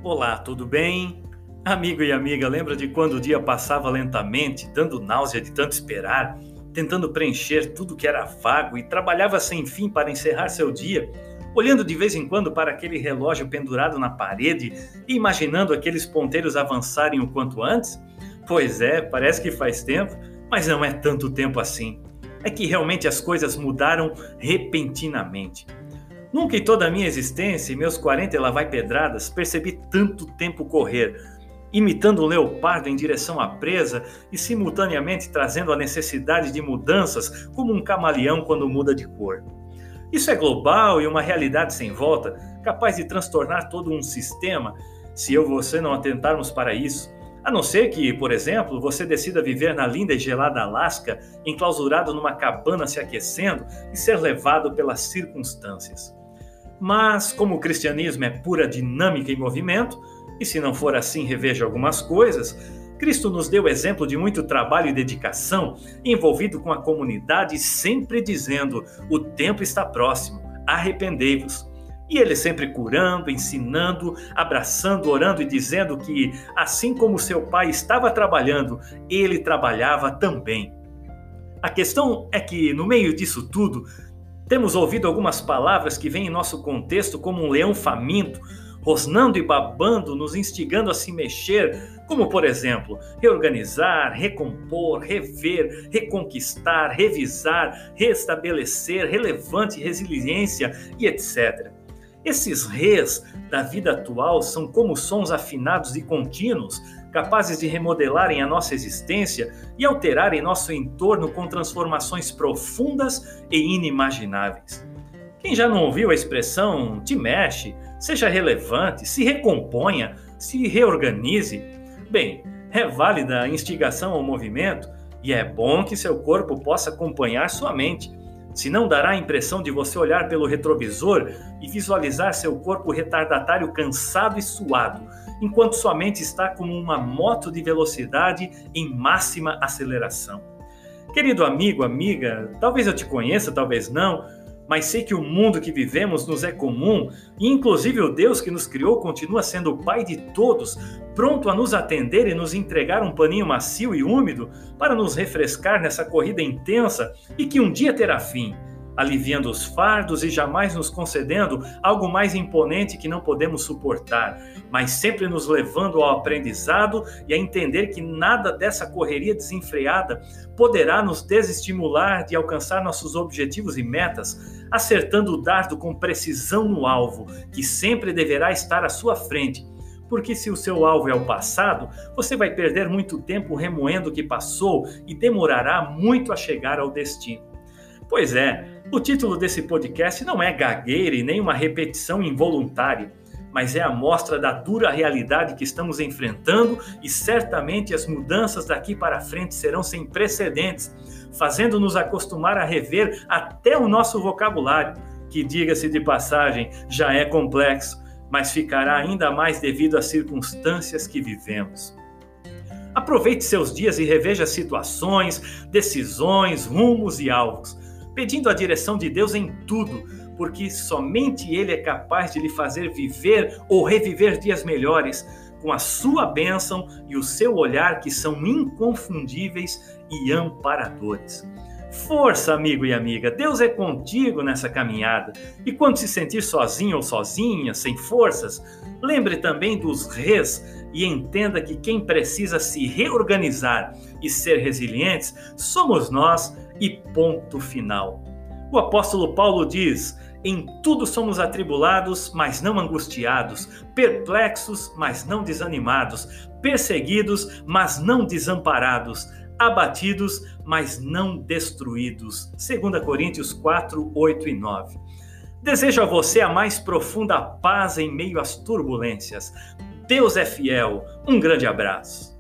Olá, tudo bem? Amigo e amiga, lembra de quando o dia passava lentamente, dando náusea de tanto esperar, tentando preencher tudo que era vago e trabalhava sem fim para encerrar seu dia, olhando de vez em quando para aquele relógio pendurado na parede e imaginando aqueles ponteiros avançarem o quanto antes? Pois é, parece que faz tempo, mas não é tanto tempo assim. É que realmente as coisas mudaram repentinamente. Nunca em toda a minha existência, em meus 40 e lá vai pedradas, percebi tanto tempo correr, imitando um leopardo em direção à presa e simultaneamente trazendo a necessidade de mudanças como um camaleão quando muda de cor. Isso é global e uma realidade sem volta, capaz de transtornar todo um sistema se eu e você não atentarmos para isso. A não ser que, por exemplo, você decida viver na linda e gelada Alasca, enclausurado numa cabana se aquecendo e ser levado pelas circunstâncias. Mas, como o cristianismo é pura dinâmica e movimento, e se não for assim, reveja algumas coisas, Cristo nos deu exemplo de muito trabalho e dedicação, envolvido com a comunidade, sempre dizendo: o tempo está próximo, arrependei-vos. E ele sempre curando, ensinando, abraçando, orando e dizendo que, assim como seu pai estava trabalhando, ele trabalhava também. A questão é que, no meio disso tudo, temos ouvido algumas palavras que vêm em nosso contexto como um leão faminto, rosnando e babando, nos instigando a se mexer, como, por exemplo, reorganizar, recompor, rever, reconquistar, revisar, restabelecer, relevante, resiliência e etc. Esses res da vida atual são como sons afinados e contínuos, capazes de remodelarem a nossa existência e alterarem nosso entorno com transformações profundas e inimagináveis. Quem já não ouviu a expressão "te mexe", seja relevante, se recomponha, se reorganize? Bem, é válida a instigação ao movimento e é bom que seu corpo possa acompanhar sua mente. Senão dará a impressão de você olhar pelo retrovisor e visualizar seu corpo retardatário cansado e suado, enquanto sua mente está como uma moto de velocidade em máxima aceleração. Querido amigo, amiga, talvez eu te conheça, talvez não, mas sei que o mundo que vivemos nos é comum e inclusive o Deus que nos criou continua sendo o Pai de todos, pronto a nos atender e nos entregar um paninho macio e úmido para nos refrescar nessa corrida intensa e que um dia terá fim, aliviando os fardos e jamais nos concedendo algo mais imponente que não podemos suportar, mas sempre nos levando ao aprendizado e a entender que nada dessa correria desenfreada poderá nos desestimular de alcançar nossos objetivos e metas, acertando o dardo com precisão no alvo, que sempre deverá estar à sua frente. Porque se o seu alvo é o passado, você vai perder muito tempo remoendo o que passou e demorará muito a chegar ao destino. Pois é, o título desse podcast não é gagueira e nem uma repetição involuntária, mas é a mostra da dura realidade que estamos enfrentando e certamente as mudanças daqui para frente serão sem precedentes, fazendo-nos acostumar a rever até o nosso vocabulário, que, diga-se de passagem, já é complexo, mas ficará ainda mais devido às circunstâncias que vivemos. Aproveite seus dias e reveja situações, decisões, rumos e alvos, pedindo a direção de Deus em tudo, porque somente Ele é capaz de lhe fazer viver ou reviver dias melhores, com a sua bênção e o seu olhar que são inconfundíveis e amparadores. Força, amigo e amiga, Deus é contigo nessa caminhada. E quando se sentir sozinho ou sozinha, sem forças, lembre também dos res e entenda que quem precisa se reorganizar e ser resilientes somos nós e ponto final. O apóstolo Paulo diz: em tudo somos atribulados, mas não angustiados, perplexos, mas não desanimados, perseguidos, mas não desamparados, abatidos, mas não destruídos. 2 Coríntios 4, 8 e 9. Desejo a você a mais profunda paz em meio às turbulências. Deus é fiel. Um grande abraço.